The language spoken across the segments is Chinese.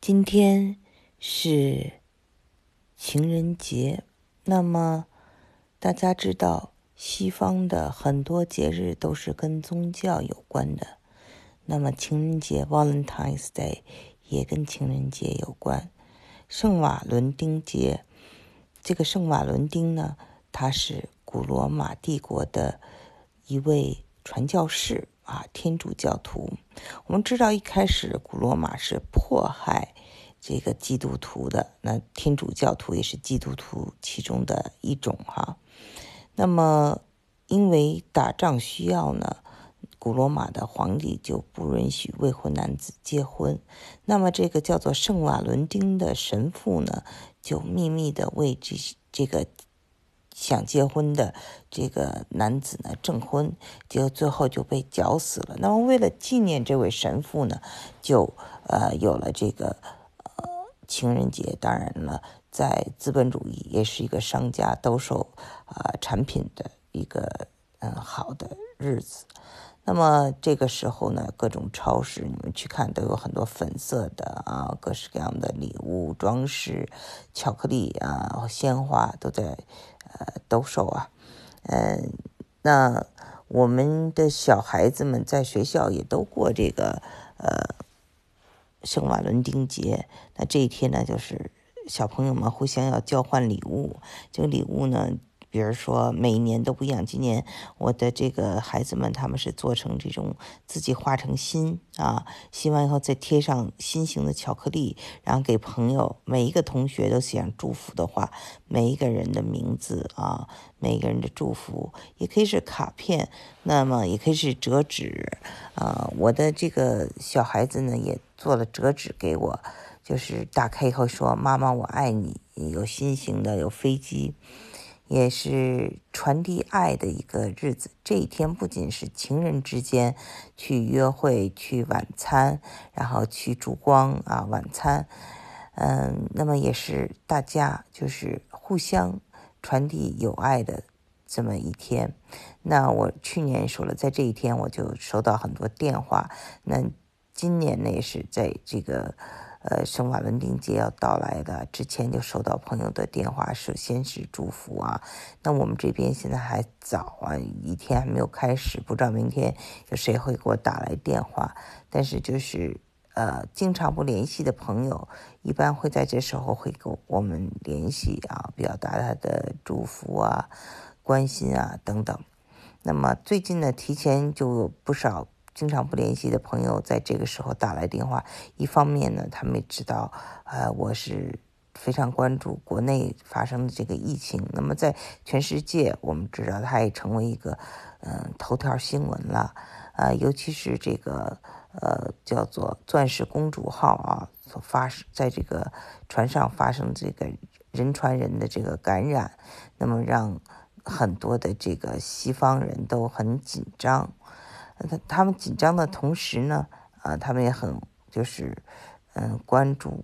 今天是情人节，那么大家知道西方的很多节日都是跟宗教有关的，那么情人节 Valentine's Day 也跟情人节有关。圣瓦伦丁节，这个圣瓦伦丁呢，他是古罗马帝国的一位传教士天主教徒。我们知道一开始古罗马是迫害这个基督徒的，那天主教徒也是基督徒其中的一种那么因为打仗需要呢，古罗马的皇帝就不允许未婚男子结婚，那么这个叫做圣瓦伦丁的神父呢，就秘密的为这个想结婚的这个男子呢证婚，结果最后就被绞死了。那么为了纪念这位神父呢，就有了这个情人节。当然了，在资本主义也是一个商家兜售产品的一个好的日子。那么这个时候呢，各种超市你们去看都有很多粉色的各式各样的礼物装饰，巧克力鲜花都在兜售那我们的小孩子们在学校也都过这个圣瓦伦丁节。那这一天呢，就是小朋友们互相要交换礼物。这个礼物呢，比如说每一年都不一样。今年我的这个孩子们他们是做成这种自己画成心心完以后再贴上心形的巧克力，然后给朋友每一个同学都写上祝福的话，每一个人的名字每一个人的祝福，也可以是卡片，那么也可以是折纸我的这个小孩子呢也做了折纸给我，就是打开以后说妈妈我爱你，有心形的，有飞机，也是传递爱的一个日子。这一天不仅是情人之间去约会，去晚餐，然后去烛光晚餐那么也是大家就是互相传递友爱的这么一天。那我去年说了，在这一天我就收到很多电话，那今年呢也是在这个圣瓦伦丁节要到来的之前就收到朋友的电话，首先是祝福那我们这边现在还早一天还没有开始，不知道明天有谁会给我打来电话，但是就是经常不联系的朋友一般会在这时候会跟我们联系表达他的祝福关心等等。那么最近呢，提前就有不少经常不联系的朋友在这个时候打来电话，一方面呢，他们也知道我是非常关注国内发生的这个疫情，那么在全世界我们知道它也成为一个头条新闻了尤其是这个叫做钻石公主号所发生在这个船上发生这个人传人的这个感染，那么让很多的这个西方人都很紧张。他们紧张的同时呢他们也很就是关注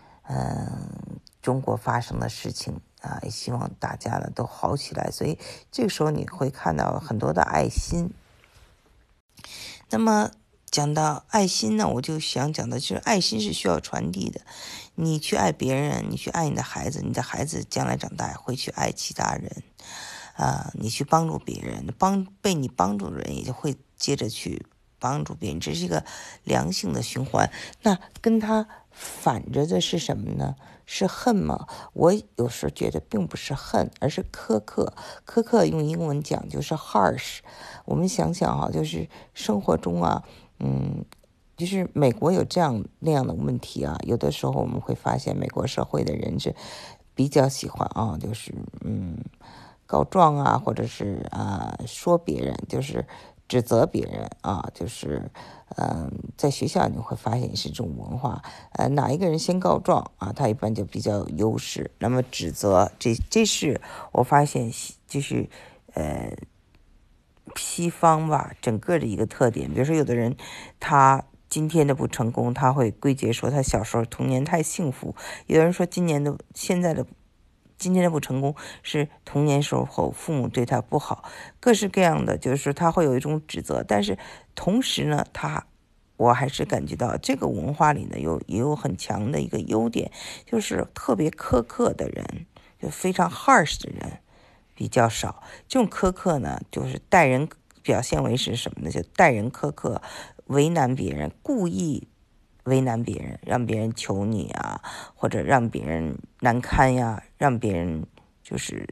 中国发生的事情也希望大家呢都好起来，所以这个时候你会看到很多的爱心。那么讲到爱心呢，我就想讲的就是爱心是需要传递的，你去爱别人，你去爱你的孩子，你的孩子将来长大会去爱其他人你去帮助别人，被你帮助的人也就会接着去帮助别人，这是一个良性的循环。那跟他反着的是什么呢？是恨吗？我有时候觉得并不是恨，而是苛刻。苛刻用英文讲就是 harsh。我们想想就是生活中就是美国有这样那样的问题有的时候我们会发现美国社会的人是比较喜欢就是告状或者是说别人，就是指责别人就是在学校你会发现是这种文化哪一个人先告状他一般就比较有优势。那么指责这是我发现就是西方整个的一个特点。比如说有的人他今天的不成功，他会归结说他小时候童年太幸福，有人说今天的不成功是童年时候父母对他不好，各式各样的，就是说他会有一种指责，但是同时呢他我还是感觉到这个文化里呢也有很强的一个优点，就是特别苛刻的人，就非常 harsh 的人比较少。这种苛刻呢，就是待人表现为是什么呢？就待人苛刻，为难别人，故意为难别人，让别人求你啊，或者让别人难堪呀，让别人就是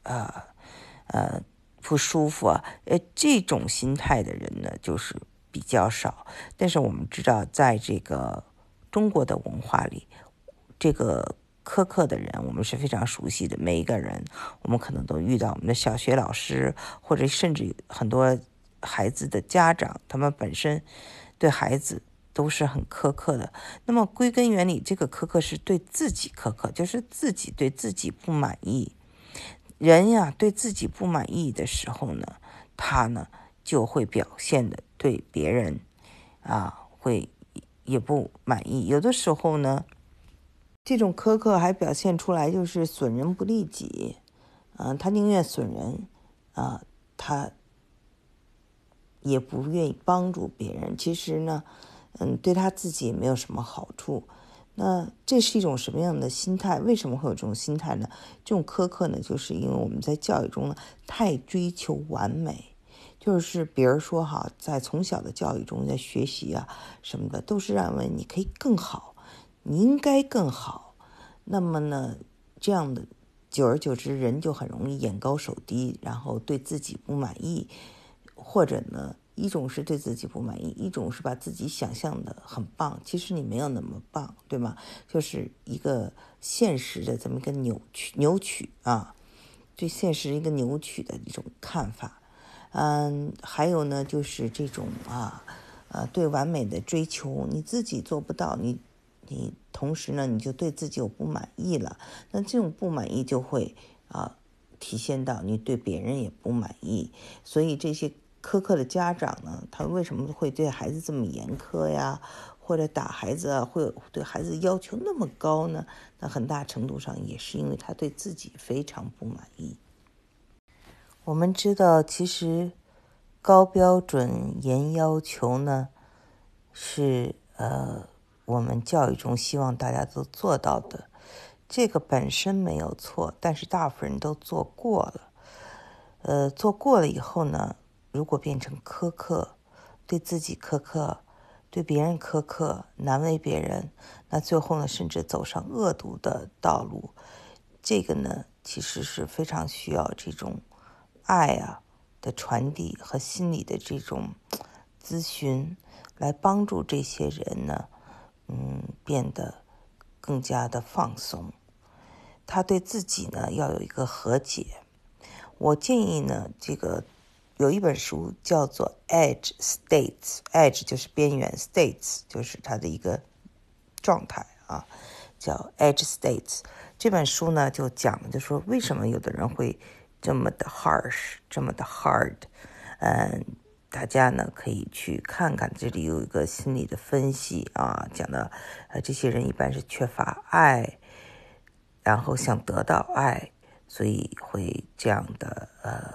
不舒服啊，这种心态的人呢，就是比较少。但是我们知道，在这个中国的文化里，这个苛刻的人我们是非常熟悉的，每一个人我们可能都遇到，我们的小学老师，或者甚至很多孩子的家长，他们本身对孩子都是很苛刻的。那么归根原理，这个苛刻是对自己苛刻，就是自己对自己不满意。人呀，对自己不满意的时候呢，他呢就会表现的对别人会也不满意。有的时候呢，这种苛刻还表现出来就是损人不利己，他宁愿损人，他也不愿意帮助别人。其实呢，对他自己也没有什么好处。那这是一种什么样的心态？为什么会有这种心态呢？这种苛刻呢，就是因为我们在教育中呢太追求完美，就是比如说在从小的教育中，在学习啊什么的，都是认为你可以更好，你应该更好。那么呢，这样的久而久之，人就很容易眼高手低，然后对自己不满意，或者呢，一种是对自己不满意，一种是把自己想象的很棒，其实你没有那么棒，对吗？就是一个现实的这么一个扭曲对现实一个扭曲的一种看法。还有呢，就是这种对完美的追求，你自己做不到，你同时呢，你就对自己有不满意了，那这种不满意就会体现到你对别人也不满意。所以这些苛刻的家长呢，他为什么会对孩子这么严苛呀，或者打孩子会对孩子要求那么高呢？那很大程度上也是因为他对自己非常不满意。我们知道，其实高标准严要求呢，是我们教育中希望大家都做到的。这个本身没有错，但是大部分人都做过了。做过了以后呢，如果变成苛刻，对自己苛刻，对别人苛刻，难为别人，那最后呢，甚至走上恶毒的道路。这个呢，其实是非常需要这种爱的传递和心理的这种咨询，来帮助这些人呢，变得更加的放松。他对自己呢要有一个和解。我建议呢，这个有一本书叫做 Edge States，Edge 就是边缘 ，States 就是它的一个状态叫 Edge States。这本书呢就讲了，就说为什么有的人会这么的 harsh， 这么的 hard。大家呢可以去看看，这里有一个心理的分析讲的这些人一般是缺乏爱，然后想得到爱，所以会这样的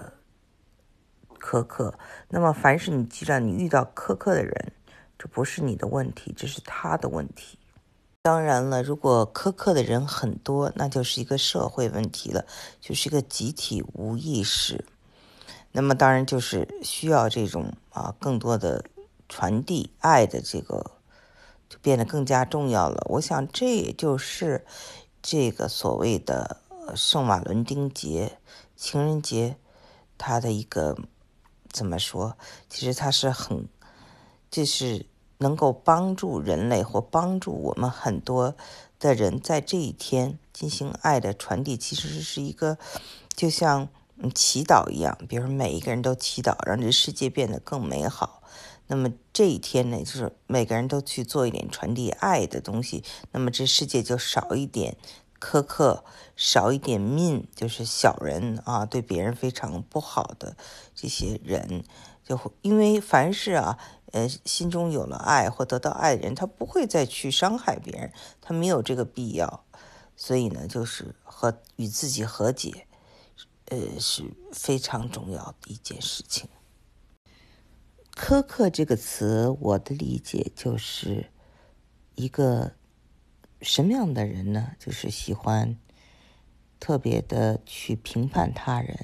苛刻。那么凡是你记着，你遇到苛刻的人，这不是你的问题，这是他的问题。当然了，如果苛刻的人很多，那就是一个社会问题了，就是一个集体无意识。那么当然就是需要这种更多的传递爱的这个就变得更加重要了。我想这也就是这个所谓的圣瓦伦丁节情人节它的一个怎么说，其实它是就是能够帮助人类或帮助我们很多的人在这一天进行爱的传递，其实是一个就像祈祷一样，比如每一个人都祈祷让这世界变得更美好。那么这一天呢，就是每个人都去做一点传递爱的东西，那么这世界就少一点苛刻，少一点mean，就是小人对别人非常不好的这些人，就会因为凡是心中有了爱或得到爱的人，他不会再去伤害别人，他没有这个必要。所以呢，就是与自己和解，是非常重要的一件事情。 苛刻这个词，我的理解就是一个什么样的人呢？就是喜欢特别的去评判他人。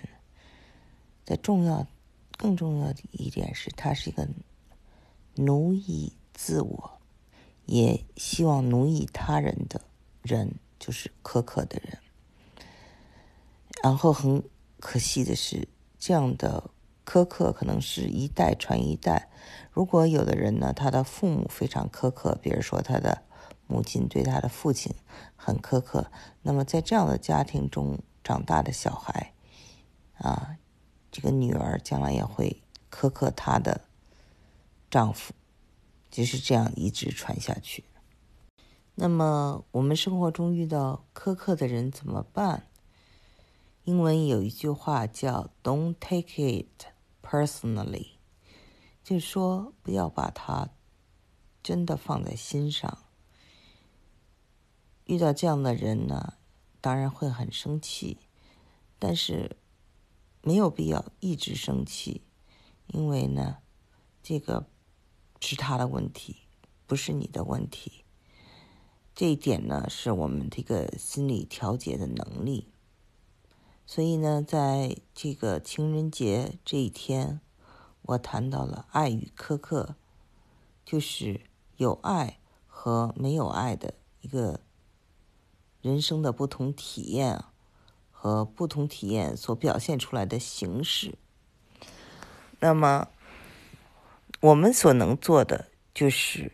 更重要的一点是，他是一个奴役自我，也希望奴役他人的人，就是苛刻的人。然后很可惜的是，这样的苛刻可能是一代传一代。如果有的人呢，他的父母非常苛刻，比如说他的母亲对他的父亲很苛刻，那么在这样的家庭中长大的小孩这个女儿将来也会苛刻她的丈夫，就是这样一直传下去。那么我们生活中遇到苛刻的人怎么办？英文有一句话叫 Don't take it personally， 就是说不要把它真的放在心上。遇到这样的人呢，当然会很生气，但是没有必要一直生气，因为呢，这个是他的问题，不是你的问题。这一点呢，是我们这个心理调节的能力。所以呢，在这个情人节这一天，我谈到了爱与苛刻，就是有爱和没有爱的一个人生的不同体验和不同体验所表现出来的形式。那么我们所能做的就是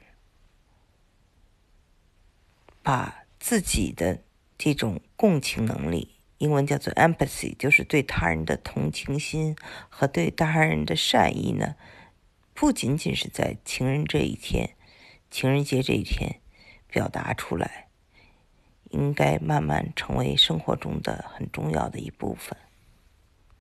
把自己的这种共情能力，英文叫做 empathy， 就是对他人的同情心和对他人的善意呢，不仅仅是在情人节这一天表达出来，应该慢慢成为生活中的很重要的一部分。